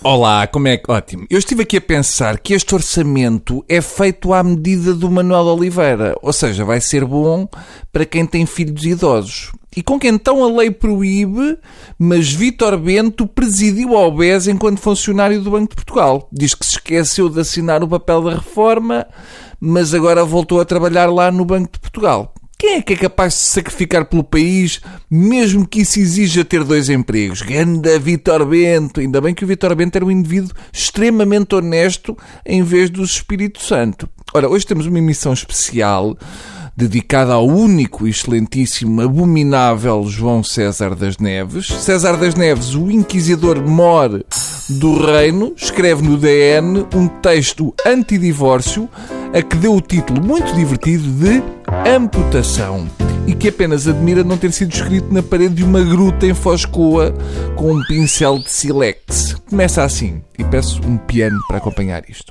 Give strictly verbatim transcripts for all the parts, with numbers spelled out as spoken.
Olá, como é que... Ótimo. Eu estive aqui a pensar que este orçamento é feito à medida do Manuel Oliveira. Ou seja, vai ser bom para quem tem filhos idosos. E com que então a lei proíbe, mas Vítor Bento presidiu ao B E S enquanto funcionário do Banco de Portugal. Diz que se esqueceu de assinar o papel da reforma, mas agora voltou a trabalhar lá no Banco de Portugal. Quem é que é capaz de se sacrificar pelo país, mesmo que isso exija ter dois empregos? Ganda Vítor Bento! Ainda bem que o Vítor Bento era um indivíduo extremamente honesto em vez do Espírito Santo. Ora, hoje temos uma emissão especial dedicada ao único e excelentíssimo, abominável João César das Neves. César das Neves, o inquisidor mor do reino, escreve no D N um texto antidivórcio a que deu o título muito divertido de Amputação e que apenas admira não ter sido escrito na parede de uma gruta em Foscoa com um pincel de sílex. Começa assim, e peço um piano para acompanhar isto.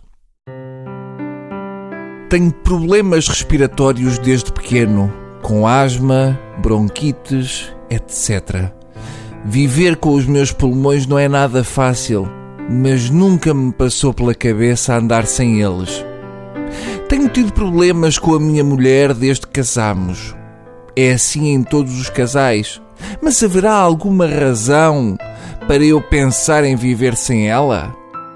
Tenho problemas respiratórios desde pequeno, com asma, bronquites, etcétera. Viver com os meus pulmões não é nada fácil, mas nunca me passou pela cabeça andar sem eles. Tenho tido problemas com a minha mulher desde que casámos. É assim em todos os casais. Mas haverá alguma razão para eu pensar em viver sem ela?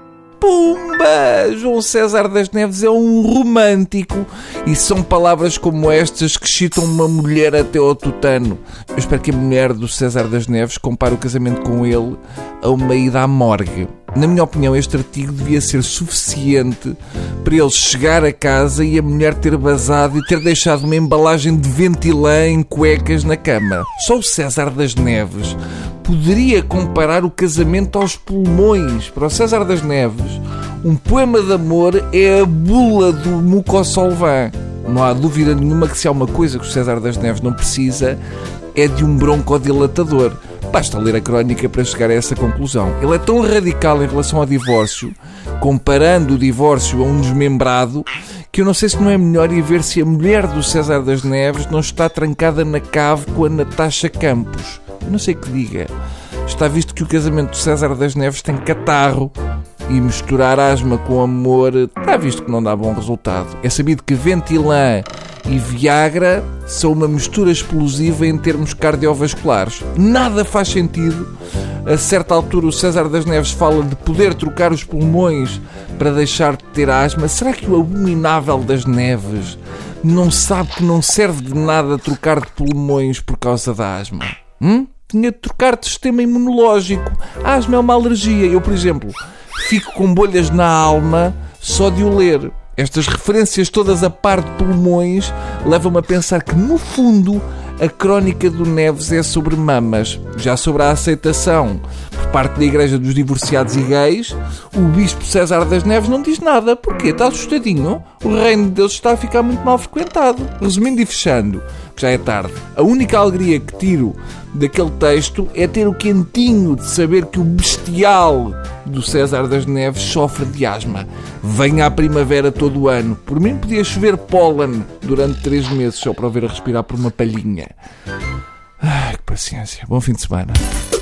Pumba! João César das Neves é um romântico. E são palavras como estas que excitam uma mulher até ao tutano. Eu espero que a mulher do César das Neves compare o casamento com ele a uma ida à morgue. Na minha opinião, este artigo devia ser suficiente para ele chegar a casa e a mulher ter basado e ter deixado uma embalagem de Ventilã em cuecas na cama. Só o César das Neves poderia comparar o casamento aos pulmões. Para o César das Neves, um poema de amor é a bula do Mucossolvan. Não há dúvida nenhuma que se há uma coisa que o César das Neves não precisa é de um broncodilatador. Basta ler a crónica para chegar a essa conclusão. Ele é tão radical em relação ao divórcio, comparando o divórcio a um desmembrado, que eu não sei se não é melhor ir ver se a mulher do César das Neves não está trancada na cave com a Natasha Campos. Eu não sei que diga. Está visto que o casamento do César das Neves tem catarro e misturar asma com amor está visto que não dá bom resultado. É sabido que Ventilã e Viagra são uma mistura explosiva em termos cardiovasculares. Nada faz sentido. A certa altura o César das Neves fala de poder trocar os pulmões para deixar de ter asma. Será que o abominável das Neves não sabe que não serve de nada trocar de pulmões por causa da asma? Hum? Tinha de trocar de sistema imunológico. A asma é uma alergia. Eu, por exemplo, fico com bolhas na alma só de o ler. Estas referências todas a par de pulmões levam-me a pensar que, no fundo, a crónica do Neves é sobre mamas. Já sobre a aceitação por parte da Igreja dos Divorciados e Gays, o Bispo César das Neves não diz nada. Porquê? Está assustadinho. O reino de Deus está a ficar muito mal frequentado. Resumindo e fechando, que já é tarde, a única alegria que tiro daquele texto é ter o quentinho de saber que o bestial do César das Neves sofre de asma. Venha a primavera todo o ano. Por mim podia chover pólen durante três meses só para o ver a respirar por uma palhinha. Ai, que paciência. Bom fim de semana.